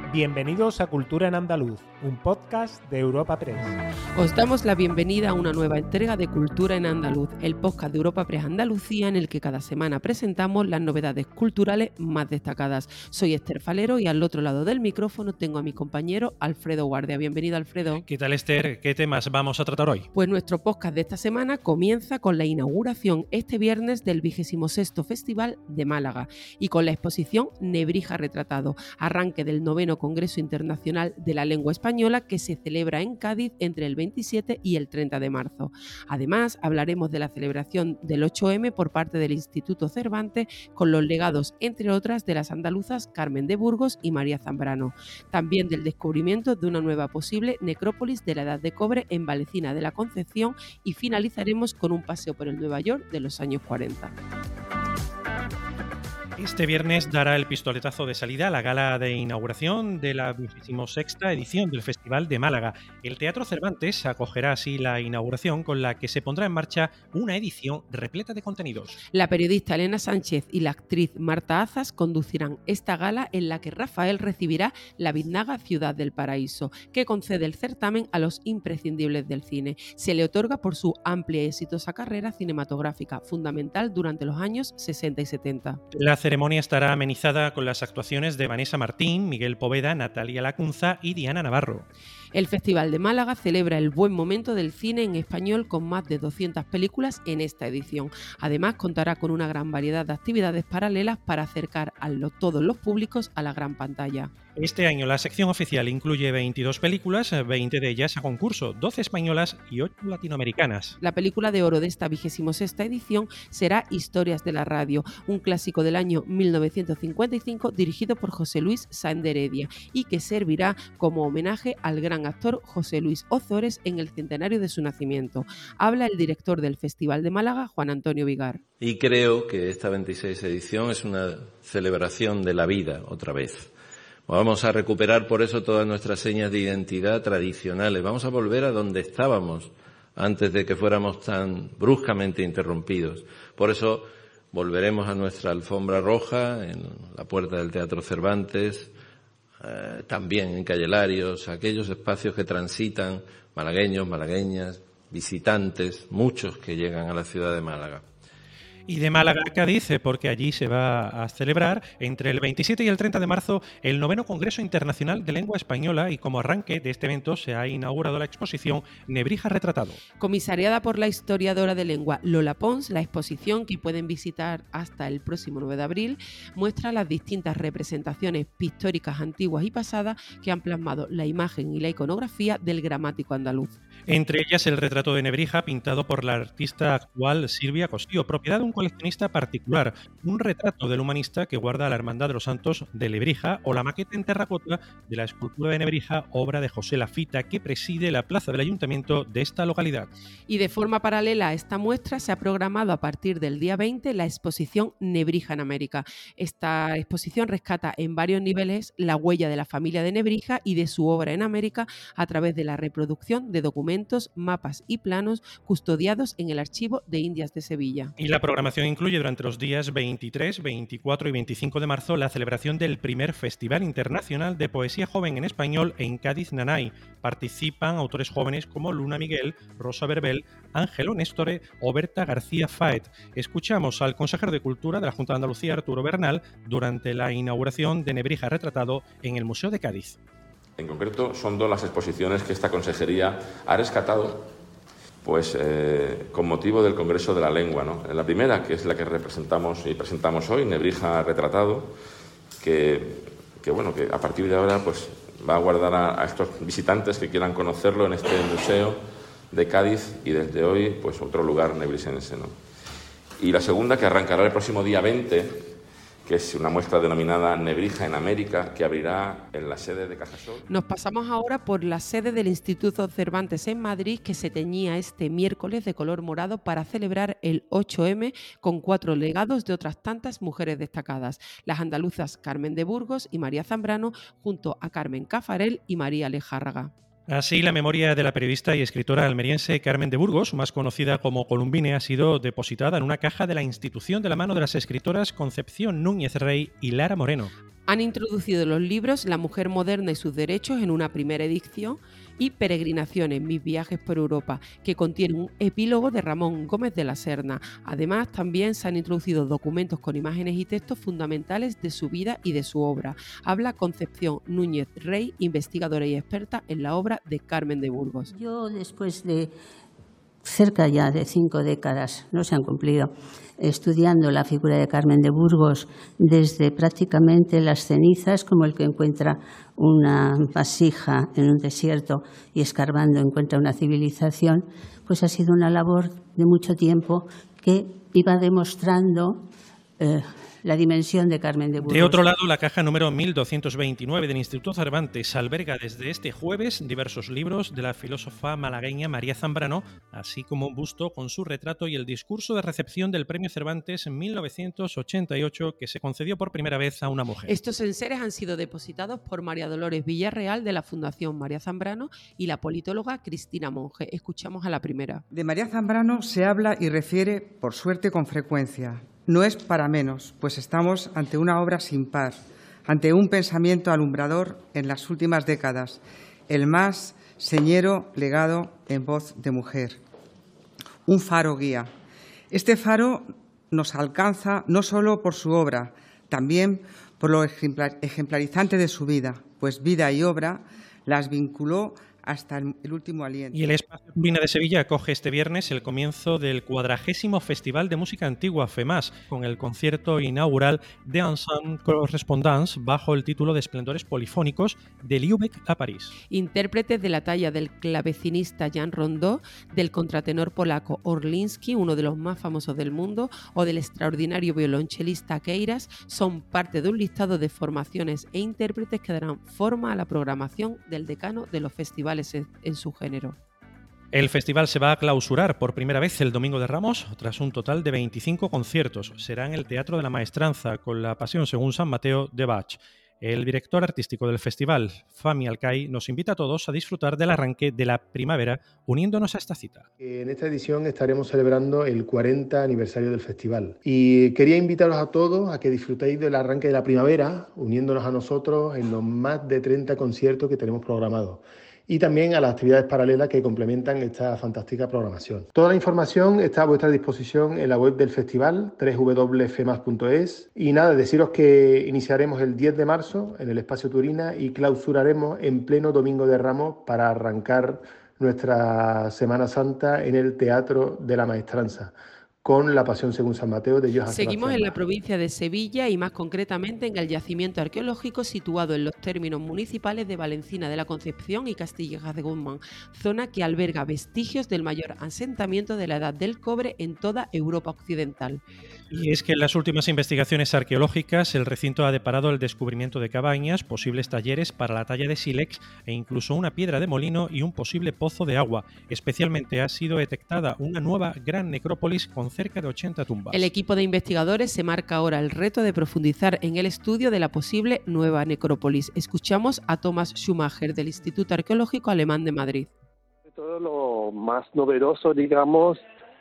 Bienvenidos a Cultura en Andaluz, un podcast de Europa Press. Os damos la bienvenida a una nueva entrega de Cultura en Andaluz, el podcast de Europa Press Andalucía en el que cada semana presentamos las novedades culturales más destacadas. Soy Esther Falero y al otro lado del micrófono tengo a mi compañero Alfredo Guardia. Bienvenido, Alfredo. ¿Qué tal, Esther? ¿Qué temas vamos a tratar hoy? Pues nuestro podcast de esta semana comienza con la inauguración este viernes del 26º Festival de Málaga y con la exposición Nebrija Retratado, arranque del 9º Congreso Internacional de la Lengua Española que se celebra en Cádiz entre el 27 y el 30 de marzo. Además, hablaremos de la celebración del 8M por parte del Instituto Cervantes con los legados, entre otras, de las andaluzas Carmen de Burgos y María Zambrano. También del descubrimiento de una nueva posible necrópolis de la Edad de Cobre en Valecina de la Concepción y finalizaremos con un paseo por el Nueva York de los años 40. Este viernes dará el pistoletazo de salida a la gala de inauguración de la 26ª edición del Festival de Málaga. El Teatro Cervantes acogerá así la inauguración con la que se pondrá en marcha una edición repleta de contenidos. La periodista Elena Sánchez y la actriz Marta Azas conducirán esta gala en la que Rafael recibirá la Biznaga Ciudad del Paraíso, que concede el certamen a los imprescindibles del cine. Se le otorga por su amplia y exitosa carrera cinematográfica, fundamental durante los años 60 y 70. La ceremonia estará amenizada con las actuaciones de Vanessa Martín, Miguel Poveda, Natalia Lacunza y Diana Navarro. El Festival de Málaga celebra el buen momento del cine en español con más de 200 películas en esta edición. Además, contará con una gran variedad de actividades paralelas para acercar a todos los públicos a la gran pantalla. Este año la sección oficial incluye 22 películas, 20 de ellas a concurso, 12 españolas y 8 latinoamericanas. La película de oro de esta 26ª edición será Historias de la Radio, un clásico del año 1955 dirigido por José Luis Sáenz de Heredia y que servirá como homenaje al gran actor José Luis Ozores en el centenario de su nacimiento. Habla el director del Festival de Málaga, Juan Antonio Vigar. Y creo que esta 26ª edición es una celebración de la vida otra vez. Vamos a recuperar por eso todas nuestras señas de identidad tradicionales. Vamos a volver a donde estábamos antes de que fuéramos tan bruscamente interrumpidos. Por eso volveremos a nuestra alfombra roja en la puerta del Teatro Cervantes, también en Calle Larios, aquellos espacios que transitan malagueños, malagueñas, visitantes, muchos que llegan a la ciudad de Málaga. Y de Málaga a Cádiz, porque allí se va a celebrar entre el 27 y el 30 de marzo el 9º Congreso Internacional de Lengua Española y como arranque de este evento se ha inaugurado la exposición Nebrija Retratado. Comisariada por la historiadora de lengua Lola Pons, la exposición, que pueden visitar hasta el próximo 9 de abril, muestra las distintas representaciones pictóricas antiguas y pasadas que han plasmado la imagen y la iconografía del gramático andaluz. Entre ellas el retrato de Nebrija pintado por la artista actual Silvia Costío, propiedad de un coleccionista particular, un retrato del humanista que guarda la Hermandad de los Santos de Lebrija o la maqueta en terracota de la escultura de Nebrija, obra de José Lafita, que preside la plaza del ayuntamiento de esta localidad. Y de forma paralela a esta muestra se ha programado a partir del día 20 la exposición Nebrija en América. Esta exposición rescata en varios niveles la huella de la familia de Nebrija y de su obra en América a través de la reproducción de documentos, mapas y planos custodiados en el Archivo de Indias de Sevilla. Y la programación incluye durante los días 23, 24 y 25 de marzo la celebración del primer Festival Internacional de Poesía Joven en Español en Cádiz Nanay. Participan autores jóvenes como Luna Miguel, Rosa Verbel, Ángelo Néstore o Berta García Faet. Escuchamos al consejero de Cultura de la Junta de Andalucía, Arturo Bernal, durante la inauguración de Nebrija Retratado en el Museo de Cádiz. En concreto, son dos las exposiciones que esta consejería ha rescatado con motivo del Congreso de la Lengua, ¿no? La primera, que es la que representamos y presentamos hoy, Nebrija Retratado, que a partir de ahora va a guardar a estos visitantes que quieran conocerlo en este museo de Cádiz y desde hoy otro lugar nebrisense, ¿no? Y la segunda, que arrancará el próximo día 20, que es una muestra denominada Nebrija en América, que abrirá en la sede de Cajasol. Nos pasamos ahora por la sede del Instituto Cervantes en Madrid, que se teñía este miércoles de color morado para celebrar el 8M con 4 legados de otras tantas mujeres destacadas, las andaluzas Carmen de Burgos y María Zambrano, junto a Carmen Cafarel y María Lejárraga. Así, la memoria de la periodista y escritora almeriense Carmen de Burgos, más conocida como Columbine, ha sido depositada en una caja de la institución de la mano de las escritoras Concepción Núñez Rey y Lara Moreno. Han introducido los libros La mujer moderna y sus derechos en una primera edición y Peregrinaciones, mis viajes por Europa, que contiene un epílogo de Ramón Gómez de la Serna. Además, también se han introducido documentos con imágenes y textos fundamentales de su vida y de su obra. Habla Concepción Núñez Rey, investigadora y experta en la obra de Carmen de Burgos. Yo, después de cerca ya de 5 décadas, no se han cumplido, estudiando la figura de Carmen de Burgos desde prácticamente las cenizas, como el que encuentra una vasija en un desierto y escarbando encuentra una civilización, pues ha sido una labor de mucho tiempo que iba demostrando la dimensión de Carmen de Burgos. De otro lado, la caja número 1229 del Instituto Cervantes alberga desde este jueves diversos libros de la filósofa malagueña María Zambrano, así como un busto con su retrato y el discurso de recepción del Premio Cervantes en 1988 que se concedió por primera vez a una mujer. Estos enseres han sido depositados por María Dolores Villarreal de la Fundación María Zambrano y la politóloga Cristina Monge. Escuchamos a la primera. De María Zambrano se habla y refiere, por suerte, con frecuencia. No es para menos, pues estamos ante una obra sin par, ante un pensamiento alumbrador en las últimas décadas, el más señero legado en voz de mujer. Un faro guía. Este faro nos alcanza no solo por su obra, también por lo ejemplarizante de su vida, pues vida y obra las vinculó hasta el último aliento. Y el Espacio Turbina de Sevilla acoge este viernes el comienzo del 40º Festival de Música Antigua FEMAS, con el concierto inaugural de Ensemble Correspondance bajo el título de Esplendores Polifónicos de Lübeck a París. Intérpretes de la talla del clavecinista Jan Rondeau, del contratenor polaco Orliński, uno de los más famosos del mundo, o del extraordinario violonchelista Queiras, son parte de un listado de formaciones e intérpretes que darán forma a la programación del decano de los festivales en su género. El festival se va a clausurar por primera vez el Domingo de Ramos, tras un total de 25 conciertos. Será en el Teatro de la Maestranza, con la Pasión según San Mateo de Bach. El director artístico del festival, Fami Alcai, nos invita a todos a disfrutar del arranque de la primavera, uniéndonos a esta cita. En esta edición estaremos celebrando el 40 aniversario del festival y quería invitaros a todos a que disfrutéis del arranque de la primavera, uniéndonos a nosotros en los más de 30 conciertos que tenemos programados, y también a las actividades paralelas que complementan esta fantástica programación. Toda la información está a vuestra disposición en la web del festival, www.femas.es. Y nada, deciros que iniciaremos el 10 de marzo en el Espacio Turina y clausuraremos en pleno Domingo de Ramos para arrancar nuestra Semana Santa en el Teatro de la Maestranza, con la Pasión según San Mateo de Johann Sebastian. Seguimos en la provincia de Sevilla y más concretamente en el yacimiento arqueológico situado en los términos municipales de Valencina de la Concepción y Castillejas de Guzmán, zona que alberga vestigios del mayor asentamiento de la Edad del Cobre en toda Europa occidental. Y es que en las últimas investigaciones arqueológicas el recinto ha deparado el descubrimiento de cabañas, posibles talleres para la talla de sílex e incluso una piedra de molino y un posible pozo de agua. Especialmente ha sido detectada una nueva gran necrópolis con cerca de 80 tumbas. El equipo de investigadores se marca ahora el reto de profundizar en el estudio de la posible nueva necrópolis. Escuchamos a Thomas Schumacher del Instituto Arqueológico Alemán de Madrid. Todo lo más novedoso, digamos,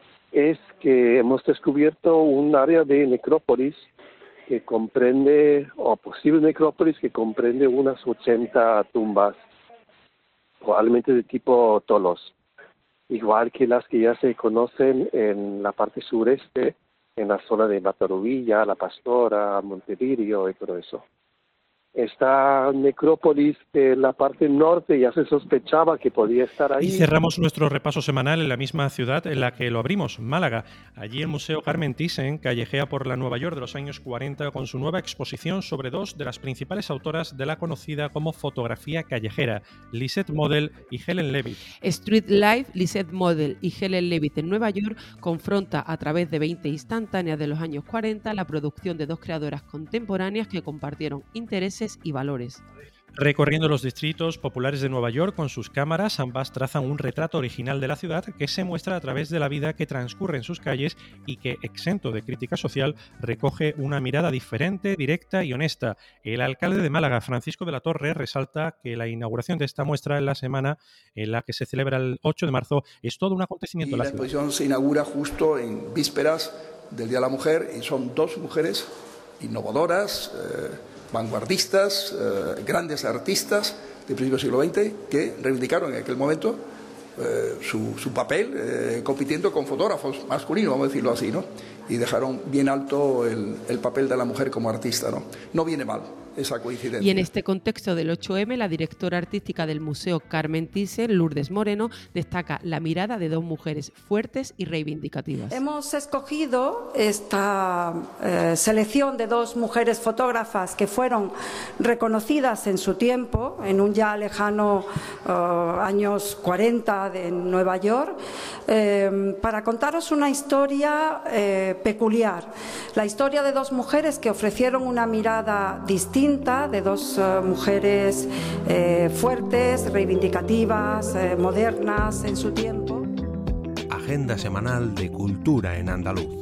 es que hemos descubierto un área de necrópolis que comprende, o posible necrópolis que comprende unas 80 tumbas, probablemente de tipo tolos, igual que las que ya se conocen en la parte sureste, en la zona de Mataruvilla, La Pastora, Montevirio y todo eso. Esta necrópolis de la parte norte ya se sospechaba que podía estar ahí. Y cerramos nuestro repaso semanal en la misma ciudad en la que lo abrimos, Málaga. Allí el Museo Carmen Thyssen callejea por la Nueva York de los años 40 con su nueva exposición sobre dos de las principales autoras de la conocida como fotografía callejera, Lisette Model y Helen Levitt. Street Life, Lisette Model y Helen Levitt en Nueva York confronta a través de 20 instantáneas de los años 40 la producción de dos creadoras contemporáneas que compartieron intereses y valores. Recorriendo los distritos populares de Nueva York con sus cámaras, ambas trazan un retrato original de la ciudad que se muestra a través de la vida que transcurre en sus calles y que, exento de crítica social, recoge una mirada diferente, directa y honesta. El alcalde de Málaga, Francisco de la Torre, resalta que la inauguración de esta muestra en la semana en la que se celebra el 8 de marzo es todo un acontecimiento en la ciudad. La exposición se inaugura justo en vísperas del Día de la Mujer y son dos mujeres innovadoras, vanguardistas, grandes artistas del principio del siglo XX que reivindicaron en aquel momento su papel compitiendo con fotógrafos masculinos, vamos a decirlo así, ¿no? Y dejaron bien alto el papel de la mujer como artista, ¿no? No viene mal esa coincidencia. Y en este contexto del 8M, la directora artística del Museo Carmen Thyssen, Lourdes Moreno, destaca la mirada de dos mujeres fuertes y reivindicativas. Hemos escogido esta selección de dos mujeres fotógrafas que fueron reconocidas en su tiempo, en un ya lejano años 40 de Nueva York, para contaros una historia peculiar. La historia de dos mujeres que ofrecieron una mirada distinta, de dos mujeres fuertes, reivindicativas, modernas en su tiempo. Agenda semanal de Cultura en Andaluz.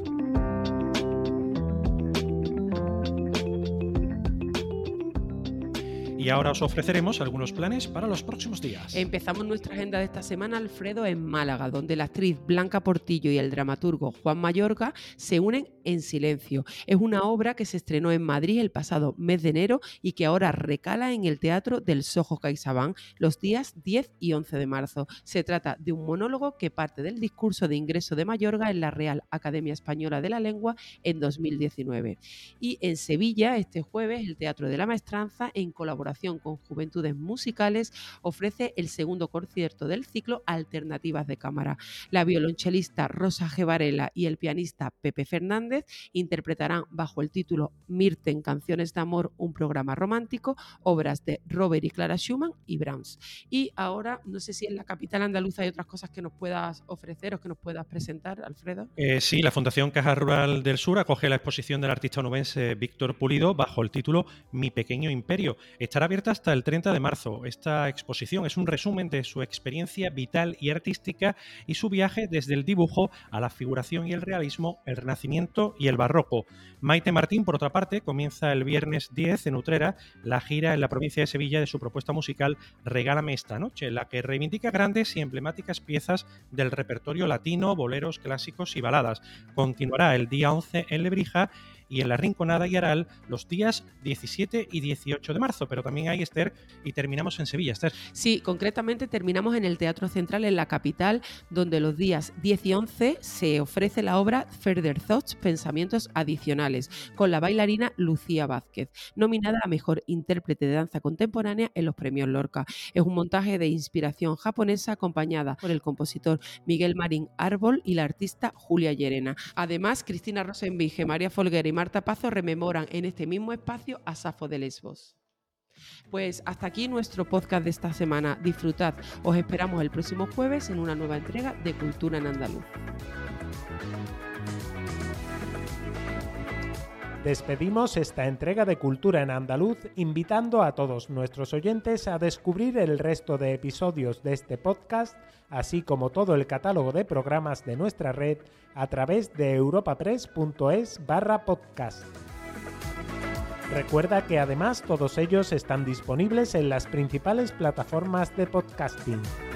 Y ahora os ofreceremos algunos planes para los próximos días. Empezamos nuestra agenda de esta semana, Alfredo, en Málaga, donde la actriz Blanca Portillo y el dramaturgo Juan Mayorga se unen en Silencio. Es una obra que se estrenó en Madrid el pasado mes de enero y que ahora recala en el Teatro del Soho CaixaBank los días 10 y 11 de marzo. Se trata de un monólogo que parte del discurso de ingreso de Mayorga en la Real Academia Española de la Lengua en 2019. Y en Sevilla, este jueves, el Teatro de la Maestranza, en colaboración con Juventudes Musicales, ofrece el segundo concierto del ciclo Alternativas de Cámara. La violonchelista Rosa G. Varela y el pianista Pepe Fernández interpretarán bajo el título Mirten, Canciones de Amor, un programa romántico, obras de Robert y Clara Schumann y Brahms. Y ahora, no sé si en la capital andaluza hay otras cosas que nos puedas ofrecer o que nos puedas presentar, Alfredo. Sí, la Fundación Caja Rural del Sur acoge la exposición del artista onubense Víctor Pulido bajo el título Mi Pequeño Imperio. Estará abierta hasta el 30 de marzo. Esta exposición es un resumen de su experiencia vital y artística y su viaje desde el dibujo a la figuración y el realismo, el Renacimiento y el Barroco. Maite Martín, por otra parte, comienza el viernes 10 en Utrera la gira en la provincia de Sevilla de su propuesta musical Regálame esta noche, la que reivindica grandes y emblemáticas piezas del repertorio latino, boleros, clásicos y baladas. Continuará el día 11 en Lebrija y en La Rinconada y Aral los días 17 y 18 de marzo, pero también hay, Esther, y terminamos en Sevilla, Esther. Sí, concretamente terminamos en el Teatro Central en la capital, donde los días 10 y 11 se ofrece la obra Further Thoughts, Pensamientos Adicionales, con la bailarina Lucía Vázquez, nominada a Mejor Intérprete de Danza Contemporánea en los Premios Lorca. Es un montaje de inspiración japonesa acompañada por el compositor Miguel Marín Árbol y la artista Julia Llerena. Además, Cristina Rosenvinge, María Folguera y Marta Pazo rememoran en este mismo espacio a Safo de Lesbos. Pues hasta aquí nuestro podcast de esta semana. Disfrutad. Os esperamos el próximo jueves en una nueva entrega de Cultura en Andaluz. Despedimos esta entrega de Cultura en Andaluz invitando a todos nuestros oyentes a descubrir el resto de episodios de este podcast, así como todo el catálogo de programas de nuestra red a través de europapress.es/podcast. Recuerda que además todos ellos están disponibles en las principales plataformas de podcasting.